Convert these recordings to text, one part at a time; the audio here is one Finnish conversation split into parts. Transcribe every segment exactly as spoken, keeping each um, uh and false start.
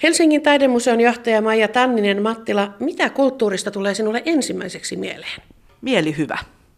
Helsingin taidemuseon johtaja Maija Tanninen. Mattila, mitä kulttuurista tulee sinulle ensimmäiseksi mieleen? Mielihyvä.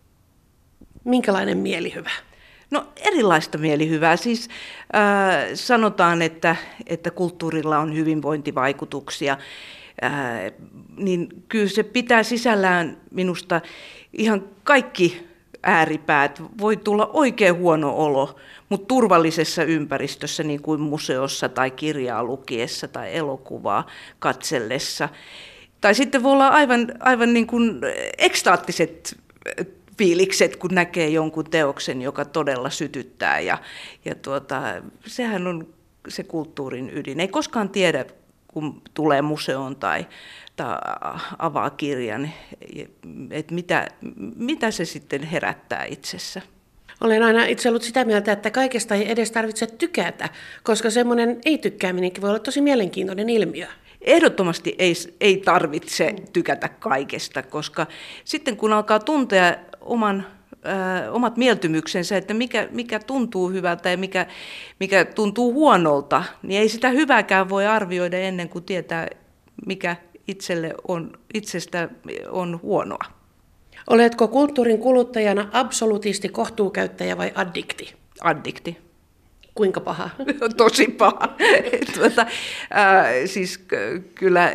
Minkälainen mielihyvä? No erilaista mielihyvää. Siis äh, sanotaan, että, että kulttuurilla on hyvinvointivaikutuksia. Äh, niin kyllä se pitää sisällään minusta ihan kaikki ääripäät. Voi tulla oikein huono olo, mutta turvallisessa ympäristössä, niin kuin museossa tai kirjaa lukiessa tai elokuvaa katsellessa. Tai sitten voi olla aivan, aivan niin kuin ekstaattiset fiilikset, kun näkee jonkun teoksen, joka todella sytyttää. Ja, ja tuota, sehän on se kulttuurin ydin. Ei koskaan tiedä, kun tulee museoon tai, tai avaa kirjan, että mitä, mitä se sitten herättää itsessä. Olen aina itse ollut sitä mieltä, että kaikesta ei edes tarvitse tykätä, koska semmoinen ei-tykkääminenkin voi olla tosi mielenkiintoinen ilmiö. Ehdottomasti ei, ei tarvitse tykätä kaikesta, koska sitten kun alkaa tuntea oman, ö, omat mieltymyksensä, että mikä, mikä tuntuu hyvältä ja mikä, mikä tuntuu huonolta, niin ei sitä hyvääkään voi arvioida ennen kuin tietää, mikä itselle on, itsestä on huonoa. Oletko kulttuurin kuluttajana absolutisti, kohtuukäyttäjä vai addikti? Addikti. Kuinka paha? Tosi paha. tuota, äh, siis kyllä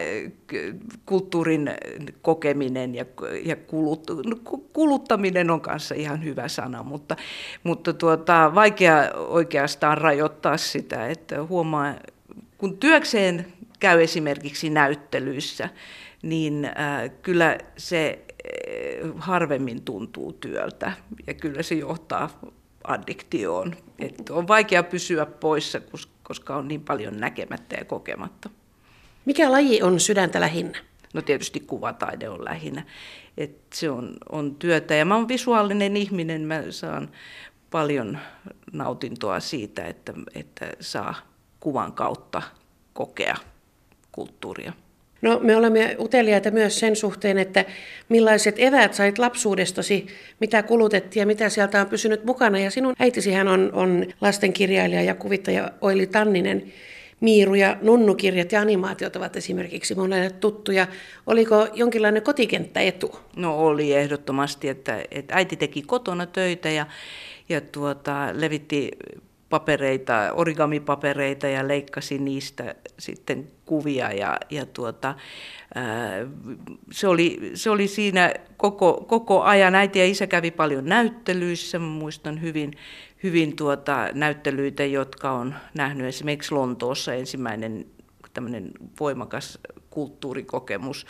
kulttuurin kokeminen ja, ja kulut, kuluttaminen on kanssa ihan hyvä sana, mutta, mutta tuota, vaikea oikeastaan rajoittaa sitä, että huomaa, kun työkseen käy esimerkiksi näyttelyissä, niin äh, kyllä se harvemmin tuntuu työltä ja kyllä se johtaa addiktioon. Että on vaikea pysyä poissa, koska on niin paljon näkemättä ja kokematta. Mikä laji on sydäntä lähinnä? No tietysti kuvataide on lähinnä. Et se on, on työtä ja mä oon visuaalinen ihminen. Mä saan paljon nautintoa siitä, että, että saa kuvan kautta kokea kulttuuria. No me olemme uteliaita myös sen suhteen, että millaiset eväät sait lapsuudestasi, mitä kulutettiin ja mitä sieltä on pysynyt mukana. Ja sinun äitisihän on, on lastenkirjailija ja kuvittaja Oili Tanninen. Miiru- ja nunnukirjat ja animaatiot ovat esimerkiksi monelle tuttuja. Oliko jonkinlainen kotikenttäetu? No oli ehdottomasti, että, että äiti teki kotona töitä ja, ja tuota, levitti papereita, origamipapereita ja leikkasi niistä sitten kuvia ja, ja tuota, ää, se, oli, se oli siinä koko, koko ajan. Äiti ja isä kävi paljon näyttelyissä, mä muistan hyvin, hyvin tuota, näyttelyitä, jotka on nähnyt esimerkiksi Lontoossa ensimmäinen tämmöinen voimakas kulttuurikokemus.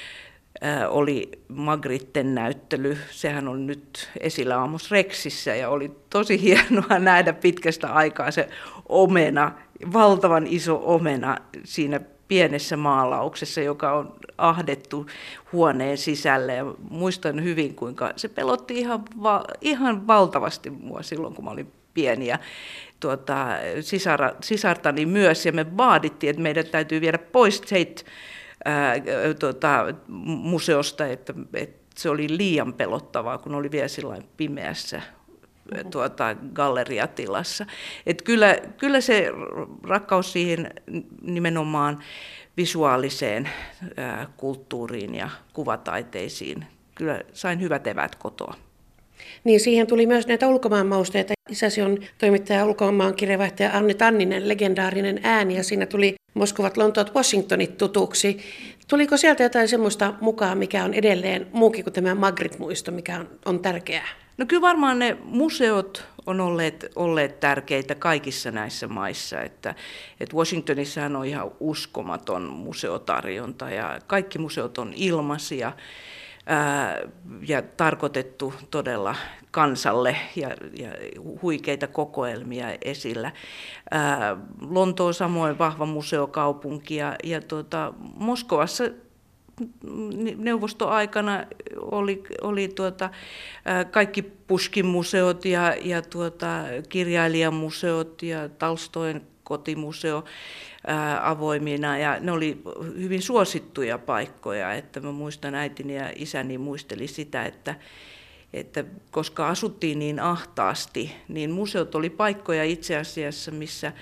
Oli Magritten näyttely, sehän on nyt esillä Amos Rexissä ja oli tosi hienoa nähdä pitkästä aikaa se omena, valtavan iso omena siinä pienessä maalauksessa, joka on ahdettu huoneen sisälle. Ja muistan hyvin, kuinka se pelotti ihan, va- ihan valtavasti mua silloin, kun mä olin pieni. Ja tuota, sisara, sisartani myös, ja me vaadittiin, että meidät täytyy viedä pois Tate Ää, tuota, museosta, että, että se oli liian pelottavaa, kun oli vielä sillain pimeässä tuota, galleriatilassa. Et kyllä, kyllä se rakkaus siihen nimenomaan visuaaliseen ää, kulttuuriin ja kuvataiteisiin, kyllä sain hyvät eväät kotoa. Niin siihen tuli myös näitä ulkomaanmausteita. Isäsi on toimittaja ulkomaan kirjeenvaihtaja Anni Tanninen, legendaarinen ääni, ja siinä tuli Moskovat, Lontoot, Washingtonit tutuksi. Tuliko sieltä jotain semmoista mukaan, mikä on edelleen muukin kuin tämä Magritte-muisto, mikä on, on tärkeää? No kyllä varmaan ne museot on olleet, olleet tärkeitä kaikissa näissä maissa. Että, että Washingtonissahan on ihan uskomaton museotarjonta ja kaikki museot on ilmaisia. Ää, ja tarkoitettu todella kansalle ja, ja huikeita kokoelmia esillä. Ää, Lonto on samoin vahva museokaupunki ja, ja tuota, Moskovassa neuvostoaikana oli, oli tuota, ää, kaikki Puškin museot ja, ja tuota, kirjailijamuseot ja Tolstoin kotimuseo ää, avoimina ja ne oli hyvin suosittuja paikkoja, että mä muistan äitini ja isäni muisteli sitä, että, että koska asuttiin niin ahtaasti, niin museot oli paikkoja itse asiassa, missä,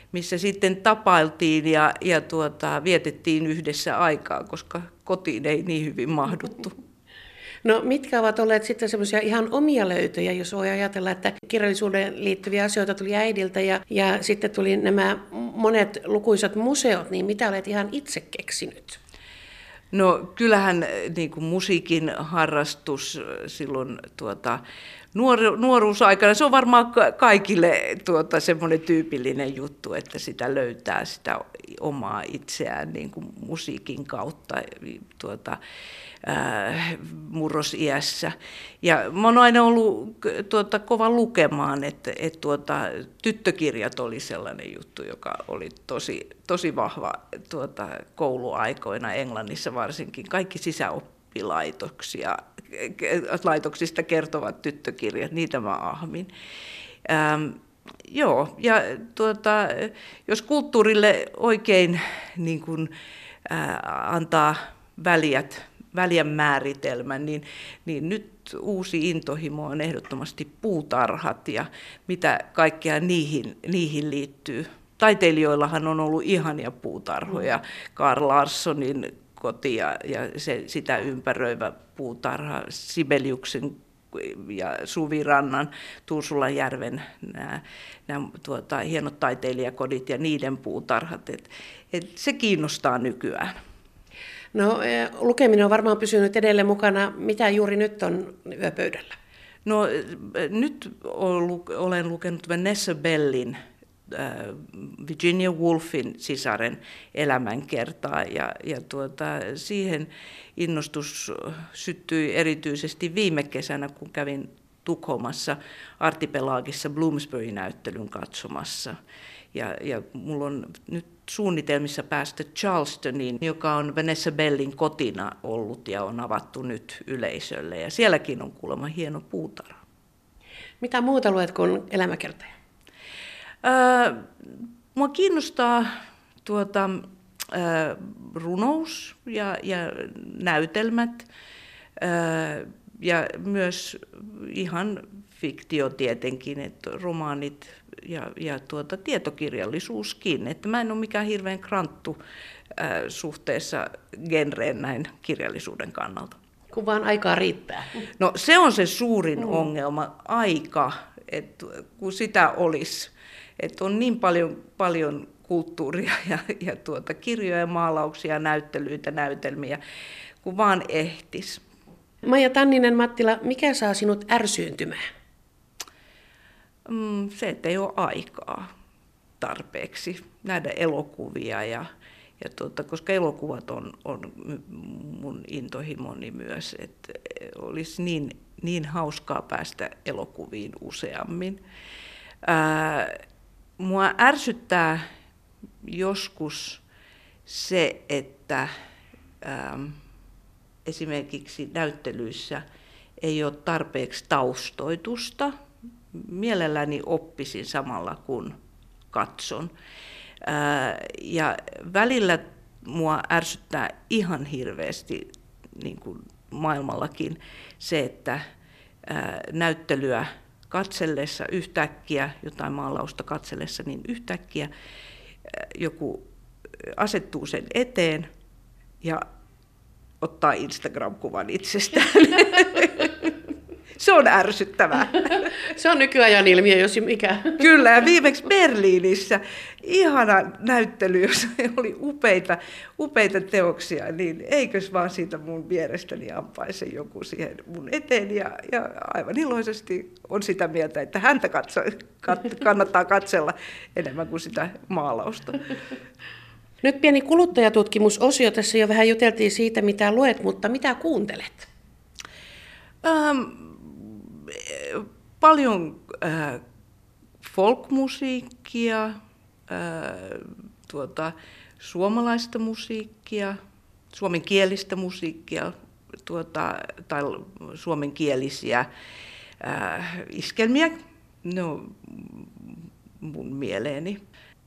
missä sitten tapailtiin ja, ja tuota, vietettiin yhdessä aikaa, koska kotiin ei niin hyvin mahduttu. No mitkä ovat olleet sitten semmoisia ihan omia löytöjä, jos voi ajatella, että kirjallisuuden liittyviä asioita tuli äidiltä ja, ja sitten tuli nämä monet lukuisat museot, niin mitä olet ihan itse keksinyt? No kyllähän niin kuin musiikin harrastus silloin tuota, nuor, nuoruusaikana, se on varmaan kaikille tuota, semmoinen tyypillinen juttu, että sitä löytää sitä omaa itseään niin kuin musiikin kautta tuota, äh, murrosiässä. Ja mä oon aina ollut tuota, kova lukemaan, että et, tuota, tyttökirjat oli sellainen juttu, joka oli tosi, tosi vahva tuota, kouluaikoina Englannissa varsinkin. Kaikki sisäoppilaitoksia, laitoksista kertovat tyttökirjat, niitä mä ahmin. Ähm, joo, ja tuota, jos kulttuurille oikein niin kun, äh, antaa väliät, väljän määritelmän, niin, niin nyt uusi intohimo on ehdottomasti puutarhat ja mitä kaikkea niihin, niihin liittyy. Taiteilijoillahan on ollut ihania puutarhoja, Carl Larssonin koti ja, ja se, sitä ympäröivä puutarha, Sibeliuksen ja Suvirannan, Tuusulanjärven nämä, nämä tuota, hienot taiteilijakodit ja niiden puutarhat. Et, et se kiinnostaa nykyään. No lukeminen on varmaan pysynyt edelleen mukana. Mitä juuri nyt on yöpöydällä? No nyt olen lukenut Vanessa Bellin, Virginia Woolfin sisaren elämänkertaa ja, ja tuota, siihen innostus syttyi erityisesti viime kesänä, kun kävin Tukholmassa Artipelagissa Bloomsbury-näyttelyn katsomassa. Ja, ja mulla on nyt suunnitelmissa päästä Charlestoniin, joka on Vanessa Bellin kotina ollut ja on avattu nyt yleisölle. Ja sielläkin on kuulemma hieno puutarha. Mitä muuta luet kuin elämäkertoja? Öö, mua kiinnostaa tuota, öö, runous ja, ja näytelmät öö, ja myös ihan fiktio tietenkin, että romaanit ja, ja tuota, tietokirjallisuuskin. Että mä en ole mikään hirveän kranttu öö, suhteessa genreen näin kirjallisuuden kannalta. Kun vaan aikaa riittää. No se on se suurin mm. ongelma, aika, että kun sitä olisi. Että on niin paljon, paljon kulttuuria ja, ja tuota, kirjoja, maalauksia, näyttelyitä, näytelmiä, kun vaan ehtis. Maija Tanninen-Mattila, mikä saa sinut ärsyyntymään? Mm, se, että ei ole aikaa tarpeeksi nähdä elokuvia, ja, ja tuota, koska elokuvat on, on mun intohimoni myös, että olisi niin, niin hauskaa päästä elokuviin useammin. Ää, Mua ärsyttää joskus se, että ähm, esimerkiksi näyttelyissä ei ole tarpeeksi taustoitusta. Mielelläni oppisin samalla kun katson. Äh, ja välillä mua ärsyttää ihan hirveästi niin kuin maailmallakin se, että äh, näyttelyä katsellessa yhtäkkiä, jotain maalausta katsellessa, niin yhtäkkiä joku asettuu sen eteen ja ottaa Instagram-kuvan itsestään. Se on ärsyttävää. Se on nykyajan ilmiö, jos mikä. Kyllä, ja viimeksi Berliinissä ihana näyttely, jossa oli upeita, upeita teoksia, niin eikös vaan siitä mun vierestäni ampaise joku siihen mun eteen, ja, ja aivan iloisesti on sitä mieltä, että häntä katso, kat, kannattaa katsella enemmän kuin sitä maalausta. Nyt pieni kuluttajatutkimusosio, tässä jo vähän juteltiin siitä, mitä luet, mutta mitä kuuntelet? Ähm, paljon äh, folkmusiikkia, äh, tuota, suomalaista musiikkia, suomenkielistä musiikkia tuota, tai suomenkielisiä äh, iskelmiä. Ne on mun mieleeni.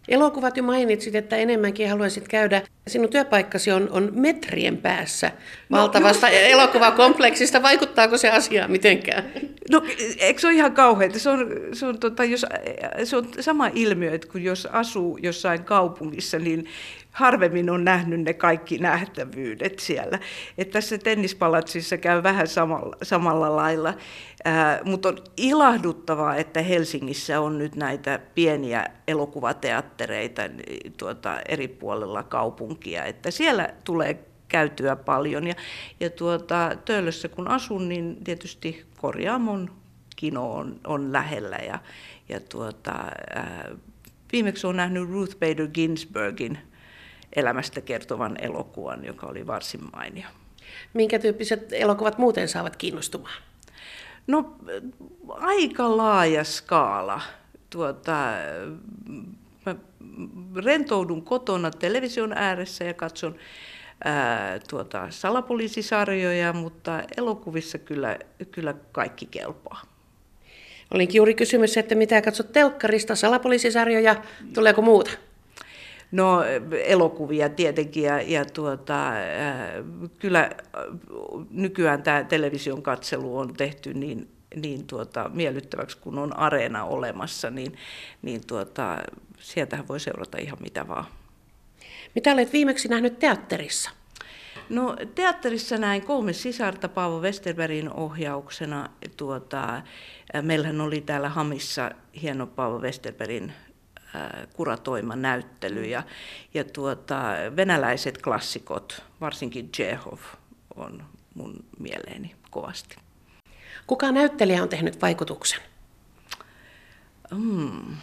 Elokuvat jo mainitsit, että enemmänkin haluaisit käydä. Sinun työpaikkasi on, on metrien päässä valtavasta no, elokuvakompleksista. Vaikuttaako se asiaan mitenkään? No eikö se ole ihan kauheaa? Se on, se, on, tota, jos, se on sama ilmiö, että kun jos asuu jossain kaupungissa, niin harvemmin on nähnyt ne kaikki nähtävyydet siellä. Et tässä tennispalatsissa käy vähän samalla, samalla lailla, Ää, mutta on ilahduttavaa, että Helsingissä on nyt näitä pieniä elokuvateattereita tuota, eri puolilla kaupunkia, että siellä tulee käytyä paljon. Ja, ja tuota, Töölössä kun asun, niin tietysti Korjaamon kino on, on lähellä. Ja, ja tuota, ää, viimeksi olen nähnyt Ruth Bader Ginsburgin elämästä kertovan elokuvan, joka oli varsin mainio. Minkä tyyppiset elokuvat muuten saavat kiinnostumaan? No aika laaja skaala. Tuota, mä rentoudun kotona television ääressä ja katson ää, tuota, salapoliisisarjoja, mutta elokuvissa kyllä, kyllä kaikki kelpaa. Olinkin juuri kysymys, että mitä katsot telkkarista, salapoliisisarjoja, tuleeko muuta? No elokuvia tietenkin ja, ja tuota, äh, kyllä nykyään tämä television katselu on tehty niin, niin tuota, miellyttäväksi, kun on areena olemassa, niin, niin tuota, sieltähän voi seurata ihan mitä vaan. Mitä olet viimeksi nähnyt teatterissa? No teatterissa näin kolme sisarta Paavo Westerbergin ohjauksena. Tuota, meillähän oli täällä Hamissa hieno Paavo Westerbergin kuratoima näyttely ja, ja tuota, venäläiset klassikot, varsinkin Tšehov, on mun mieleeni kovasti. Kuka näyttelijä on tehnyt vaikutuksen? Mm.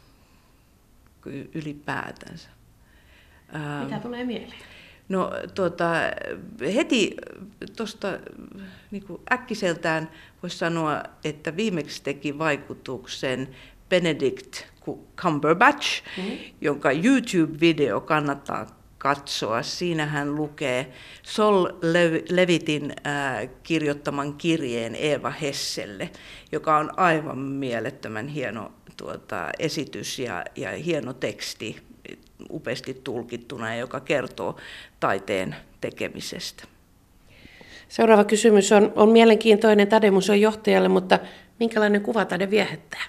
Ylipäätänsä. Mitä tulee mieleen? No tuota, heti tuosta niin kuin äkkiseltään voisi sanoa, että viimeksi teki vaikutuksen Benedict Cumberbatch, mm-hmm. jonka YouTube-video kannattaa katsoa. Siinä hän lukee Sol Levitin äh, kirjoittaman kirjeen Eeva Hesselle, joka on aivan mielettömän hieno tuota, esitys ja, ja hieno teksti, upeasti tulkittuna, joka kertoo taiteen tekemisestä. Seuraava kysymys on, on mielenkiintoinen Taidemuseon johtajalle, mutta minkälainen kuvataide viehättää?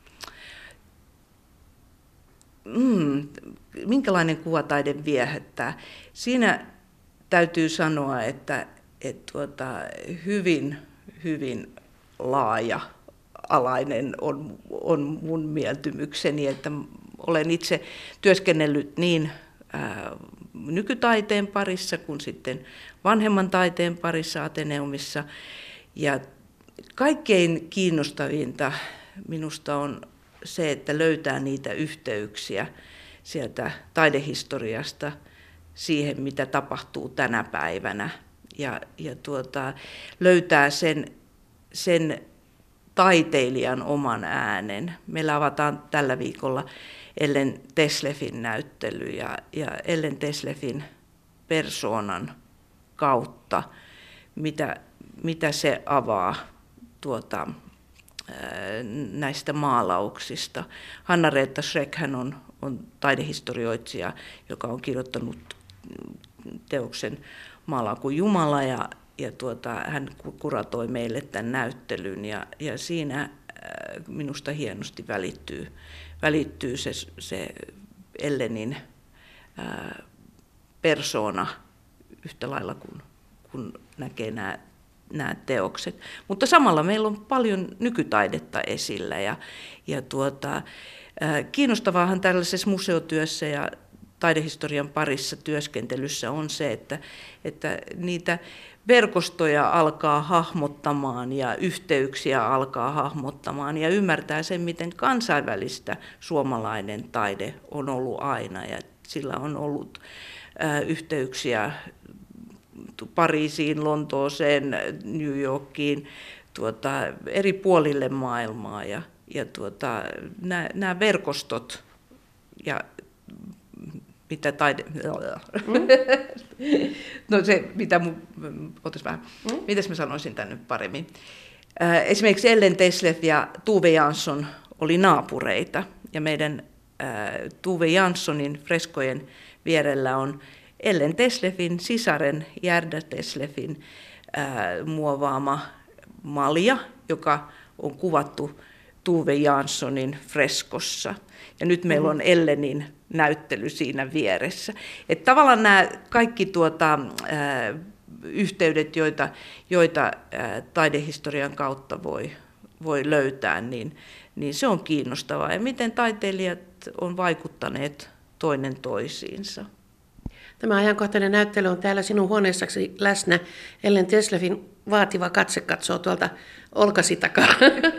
Mm, minkälainen kuvataide viehättää? Siinä täytyy sanoa, että, että tuota, hyvin, hyvin laaja alainen on, on mun mieltymykseni, että olen itse työskennellyt niin ää, nykytaiteen parissa kuin sitten vanhemman taiteen parissa Ateneumissa. Ja kaikkein kiinnostavinta minusta on se, että löytää niitä yhteyksiä sieltä taidehistoriasta siihen, mitä tapahtuu tänä päivänä. Ja, ja tuota, löytää sen, sen taiteilijan oman äänen. Meillä avataan tällä viikolla Ellen Teslefin näyttely ja, ja Ellen Teslefin persoonan kautta, mitä, mitä se avaa tuota, näistä maalauksista. Hanna-Reetta Schreck hän on, on taidehistorioitsija, joka on kirjoittanut teoksen Maalaa kuin Jumala ja, ja tuota, hän kuratoi meille tämän näyttelyn ja, ja siinä minusta hienosti välittyy, välittyy se, se Ellenin ää, persoona yhtä lailla kuin kun näkee nämä nämä teokset. Mutta samalla meillä on paljon nykytaidetta esillä ja, ja tuota, kiinnostavaahan tällaisessa museotyössä ja taidehistorian parissa työskentelyssä on se, että, että niitä verkostoja alkaa hahmottamaan ja yhteyksiä alkaa hahmottamaan ja ymmärtää sen, miten kansainvälistä suomalainen taide on ollut aina ja sillä on ollut ää, yhteyksiä Pariisiin, Lontooseen, New Yorkiin, tuota, eri puolille maailmaa ja, ja tuota, nämä, nämä verkostot ja mitä taide... Mm. no se, mitä mun... Otas vähän. Mm. Mitäs mä sanoisin tän nyt paremmin? Esimerkiksi Ellen Teslef ja Tove Jansson oli naapureita ja meidän Tove Janssonin freskojen vierellä on Ellen Tesleffin sisaren Gerda Tesleffin muovaama malja, joka on kuvattu Tove Janssonin freskossa. Ja nyt meillä on Ellenin näyttely siinä vieressä. Että tavallaan nämä kaikki tuota, ää, yhteydet, joita, joita ää, taidehistorian kautta voi, voi löytää, niin, niin se on kiinnostavaa. Ja miten taiteilijat on vaikuttaneet toinen toisiinsa. Tämä ajankohtainen näyttely on täällä sinun huoneessasi läsnä. Ellen Tesleffin vaativa katse katsoo tuolta olkasi takaa.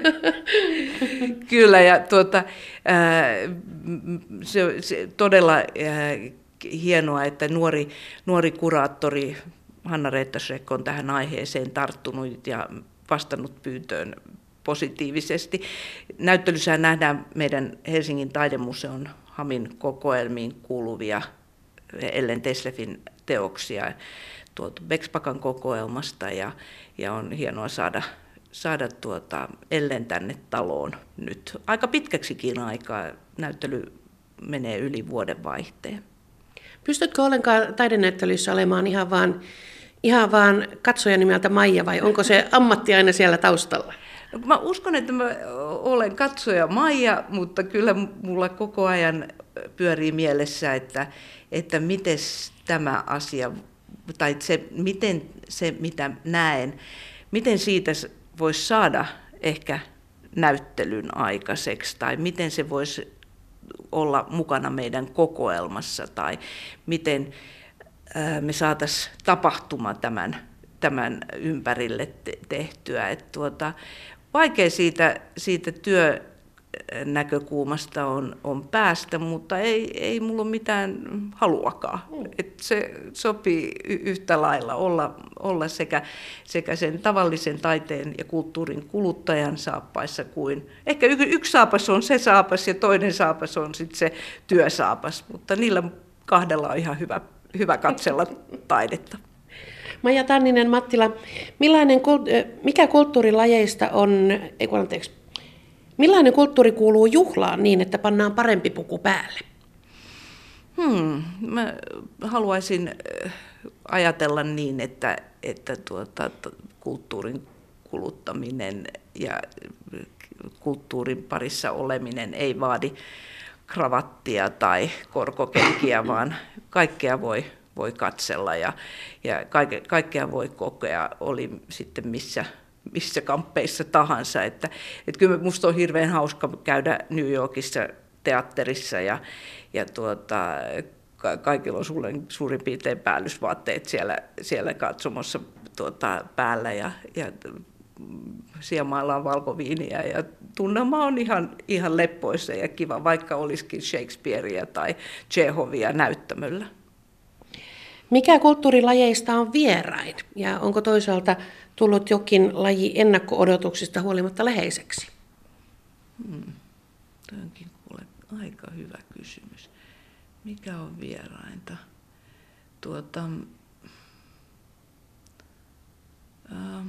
Kyllä, ja tuota, ää, se, se todella ää, hienoa, että nuori, nuori kuraattori Hanna-Reetta Schreck on tähän aiheeseen tarttunut ja vastannut pyyntöön positiivisesti. Näyttelyssä nähdään meidän Helsingin taidemuseon Hamin kokoelmiin kuuluvia Ellen Tesleffin teoksia tuolta Bexpakan kokoelmasta, ja, ja on hienoa saada, saada tuota Ellen tänne taloon nyt. Aika pitkäksikin aikaa, näyttely menee yli vuoden vaihteen. Pystytkö ollenkaan taidenäyttelyssä olemaan ihan vaan, ihan vaan katsoja nimeltä Maija, vai onko se ammatti aina siellä taustalla? No, mä uskon, että mä olen katsoja Maija, mutta kyllä mulla koko ajan pyörii mielessä, että, että miten tämä asia, tai se, miten se mitä näen, miten siitä voisi saada ehkä näyttelyn aikaiseksi, tai miten se voisi olla mukana meidän kokoelmassa, tai miten me saataisiin tapahtuma tämän, tämän ympärille tehtyä. Että tuota, vaikea siitä, siitä työnäkökulmasta on, on päästä, mutta ei, ei mulla ole mitään haluakaan. Että se sopii yhtä lailla olla, olla sekä, sekä sen tavallisen taiteen ja kulttuurin kuluttajan saappaissa kuin ehkä yksi saapas on se saapas ja toinen saapas on sitten se työsaapas, mutta niillä kahdella on ihan hyvä, hyvä katsella taidetta. Maija Tanninen, Mattila, millainen, mikä kulttuurilajeista on, ei kun anteeksi, millainen kulttuuri kuuluu juhlaan niin, että pannaan parempi puku päälle? Hmm, mä haluaisin ajatella niin, että, että tuota, kulttuurin kuluttaminen ja kulttuurin parissa oleminen ei vaadi kravattia tai korkokenkiä, vaan kaikkea voi voi katsella ja, ja kaike, kaikkea voi kokea, oli sitten missä, missä kamppeissa tahansa. Että, että kyllä musta on hirveän hauska käydä New Yorkissa teatterissa ja, ja tuota, kaikilla on suurin piirtein päällysvaatteet siellä, siellä katsomossa tuota, päällä ja, ja siemailla on valkoviiniä ja tunnelma on ihan, ihan leppoissa ja kiva, vaikka olisikin Shakespearea tai Tšehovia näyttämöllä. Mikä kulttuurilajeista on vierain ja onko toisaalta tullut jokin laji ennakko-odotuksista huolimatta läheiseksi? Hmm. Tämä onkin kuule aika hyvä kysymys. Mikä on vierainta? Tuota, ähm,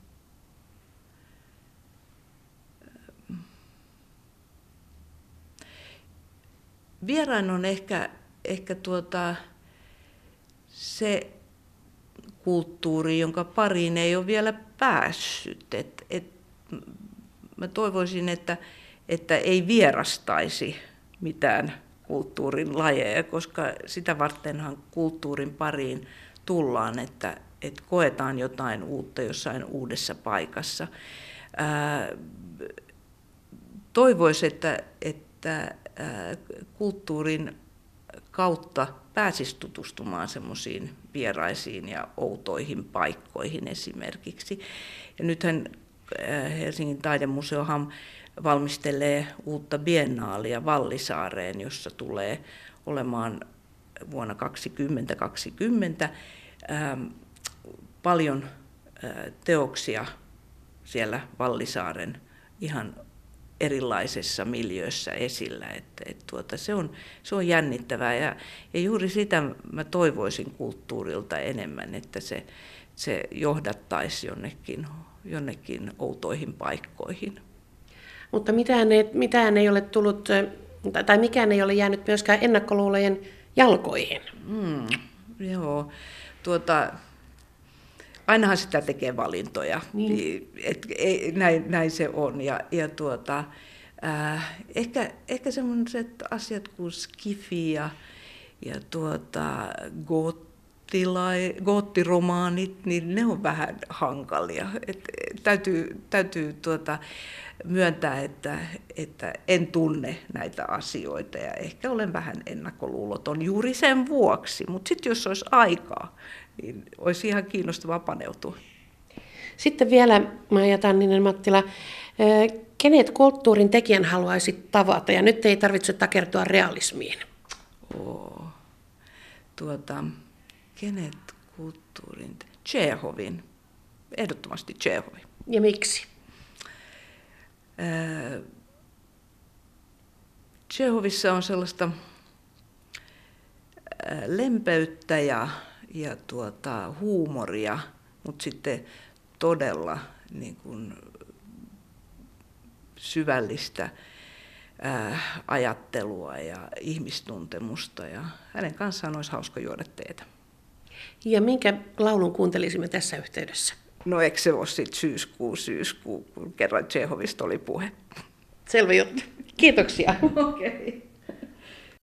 vierain on ehkä, ehkä tuota, se kulttuuri, jonka pariin ei ole vielä päässyt. Et, et, mä toivoisin, että, että ei vierastaisi mitään kulttuurin lajeja, koska sitä vartenhan kulttuurin pariin tullaan, että, että koetaan jotain uutta jossain uudessa paikassa. Ää, toivoisin, että, että ää, kulttuurin kautta pääsisi tutustumaan semmoisiin vieraisiin ja outoihin paikkoihin esimerkiksi. Ja nythän Helsingin taidemuseohan valmistelee uutta biennaalia Vallisaareen, jossa tulee olemaan vuonna kaksituhattakaksikymmentä ähm, paljon äh, teoksia siellä Vallisaaren ihan erilaisessa miljöössä esillä. Että, et tuota, se, on, se on jännittävää ja, ja juuri sitä mä toivoisin kulttuurilta enemmän, että se, se johdattaisi jonnekin, jonnekin outoihin paikkoihin. Mutta mitään ei, mitään ei ole tullut tai mikään ei ole jäänyt myöskään ennakkoluulojen jalkoihin. Mm, joo, tuota, ainahan sitä tekee valintoja, niin. Et, ei, näin, näin se on. Ja, ja tuota, äh, ehkä, ehkä sellaiset asiat kuin skifi ja, ja tuota, goottilai, goottiromaanit, niin ne on vähän hankalia. Et, täytyy täytyy tuota, myöntää, että, että en tunne näitä asioita ja ehkä olen vähän ennakkoluuloton juuri sen vuoksi, mutta sitten jos olisi aikaa, niin olisi ihan kiinnostavaa paneutua. Sitten vielä, Maija Tanninen Mattila, kenet kulttuurin tekijän haluaisit tavata? Ja nyt ei tarvitse takertua realismiin. Oo. Tuota, kenet kulttuurin? Tšehovin. Ehdottomasti Tšehovin. Ja miksi? Tšehovissa on sellaista lempeyttä ja, ja tuota, huumoria, mutta sitten todella niin kuin, syvällistä ää, ajattelua ja ihmistuntemusta. Ja hänen kanssaan olisi hauska juoda teetä. Ja minkä laulun kuuntelisimme tässä yhteydessä? No eikö se ole sitten syyskuu, syyskuu, kun kerran Tšehovista oli puhe? Selvä juttu. Kiitoksia. Okei. Okay.